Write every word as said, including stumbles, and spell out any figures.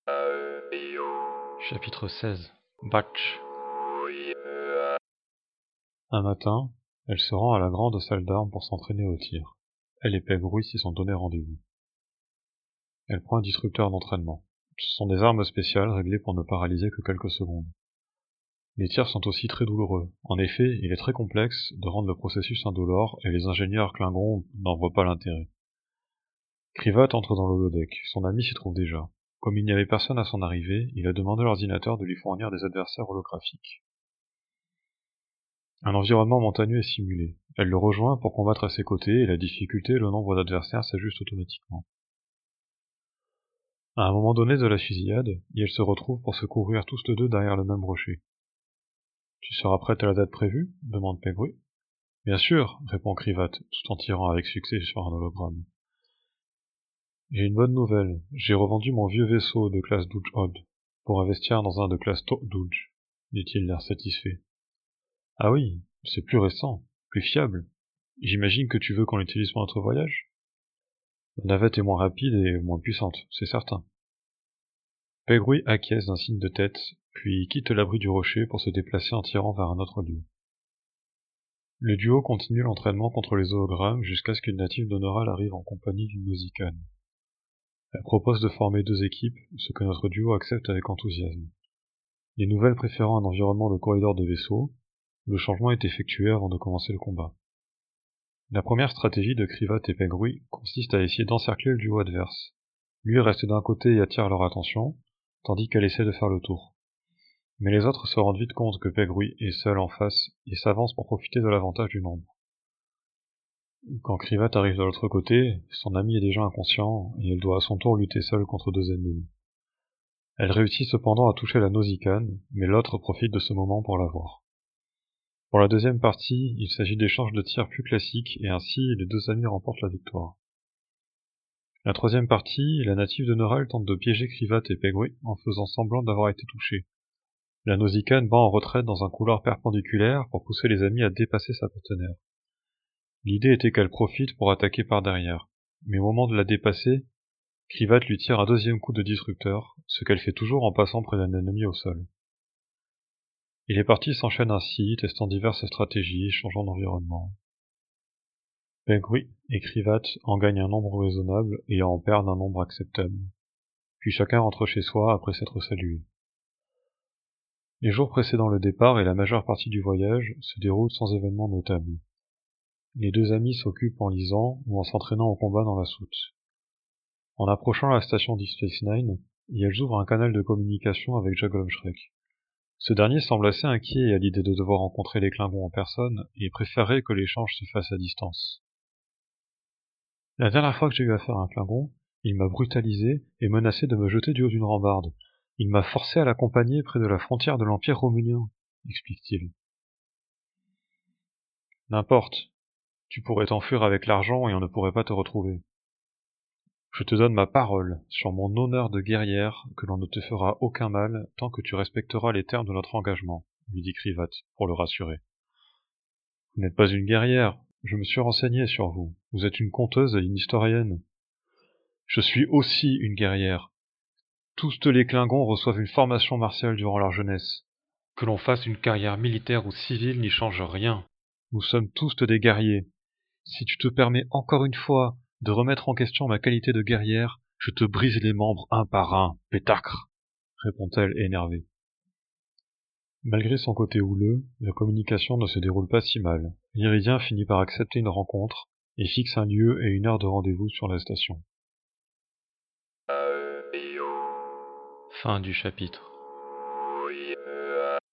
Chapitre seize. Batch. Un matin, elle se rend à la grande salle d'armes pour s'entraîner au tir. Elle et Pegrouille s'y sont donné rendez-vous. Elle prend un disrupteur d'entraînement. Ce sont des armes spéciales réglées pour ne paralyser que quelques secondes. Les tirs sont aussi très douloureux. En effet, il est très complexe de rendre le processus indolore et les ingénieurs Klingons n'en voient pas l'intérêt. Krivat entre dans l'holodeck. Son ami s'y trouve déjà. Comme il n'y avait personne à son arrivée, il a demandé à l'ordinateur de lui fournir des adversaires holographiques. Un environnement montagneux est simulé. Elle le rejoint pour combattre à ses côtés et la difficulté et le nombre d'adversaires s'ajustent automatiquement. À un moment donné de la fusillade, ils se retrouvent pour se couvrir tous deux derrière le même rocher. « Tu seras prête à la date prévue » demande Pegrouille. « Bien sûr » répond Krivat, tout en tirant avec succès sur un hologramme. « J'ai une bonne nouvelle, j'ai revendu mon vieux vaisseau de classe Dudge-Odd pour investir dans un de classe Dudge, dit-il l'air satisfait. « Ah oui, c'est plus récent, plus fiable. J'imagine que tu veux qu'on l'utilise pour notre voyage ? La navette est moins rapide et moins puissante, c'est certain. » Pegrouille acquiesce d'un signe de tête, puis quitte l'abri du rocher pour se déplacer en tirant vers un autre lieu. Le duo continue l'entraînement contre les hologrammes jusqu'à ce qu'une native d'Honoral arrive en compagnie d'une Nausicaan. Elle propose de former deux équipes, ce que notre duo accepte avec enthousiasme. Les nouvelles préférant un environnement de corridor de vaisseau, le changement est effectué avant de commencer le combat. La première stratégie de Krivat et Pegrouille consiste à essayer d'encercler le duo adverse. Lui reste d'un côté et attire leur attention, tandis qu'elle essaie de faire le tour. Mais les autres se rendent vite compte que Pegrouille est seul en face et s'avance pour profiter de l'avantage du nombre. Quand Krivat arrive de l'autre côté, son ami est déjà inconscient et elle doit à son tour lutter seule contre deux ennemis. Elle réussit cependant à toucher la Nausicaan, mais l'autre profite de ce moment pour l'avoir. Pour la deuxième partie, il s'agit d'échanges de tirs plus classiques et ainsi les deux amis remportent la victoire. La troisième partie, la native de Neural tente de piéger Krivat et Pegrouille en faisant semblant d'avoir été touchée. La Nausicaan bat en retraite dans un couloir perpendiculaire pour pousser les amis à dépasser sa partenaire. L'idée était qu'elle profite pour attaquer par derrière, mais au moment de la dépasser, Krivat lui tire un deuxième coup de disrupteur, ce qu'elle fait toujours en passant près d'un ennemi au sol. Et les parties s'enchaînent ainsi, testant diverses stratégies, changeant d'environnement. Pegrouille et Krivat en gagnent un nombre raisonnable et en perdent un nombre acceptable. Puis chacun rentre chez soi après s'être salué. Les jours précédant le départ et la majeure partie du voyage se déroulent sans événements notables. Les deux amis s'occupent en lisant ou en s'entraînant au combat dans la soute. En approchant la station Deep Space Nine, elles ouvrent un canal de communication avec Jagglom Shrek. Ce dernier semble assez inquiet à l'idée de devoir rencontrer les Klingons en personne et préférerait que l'échange se fasse à distance. La dernière fois que j'ai eu affaire à un Klingon, il m'a brutalisé et menacé de me jeter du haut d'une rambarde. Il m'a forcé à l'accompagner près de la frontière de l'Empire romulien, explique-t-il. N'importe. Tu pourrais t'enfuir avec l'argent et on ne pourrait pas te retrouver. Je te donne ma parole, sur mon honneur de guerrière, que l'on ne te fera aucun mal tant que tu respecteras les termes de notre engagement, lui dit Krivat, pour le rassurer. Vous n'êtes pas une guerrière, je me suis renseigné sur vous. Vous êtes une conteuse et une historienne. Je suis aussi une guerrière. Tous les Klingons reçoivent une formation martiale durant leur jeunesse. Que l'on fasse une carrière militaire ou civile n'y change rien. Nous sommes tous des guerriers. Si tu te permets encore une fois de remettre en question ma qualité de guerrière, je te brise les membres un par un, pétacre, répond-elle énervée. Malgré son côté houleux, la communication ne se déroule pas si mal. L'Iridien finit par accepter une rencontre et fixe un lieu et une heure de rendez-vous sur la station. Fin du chapitre.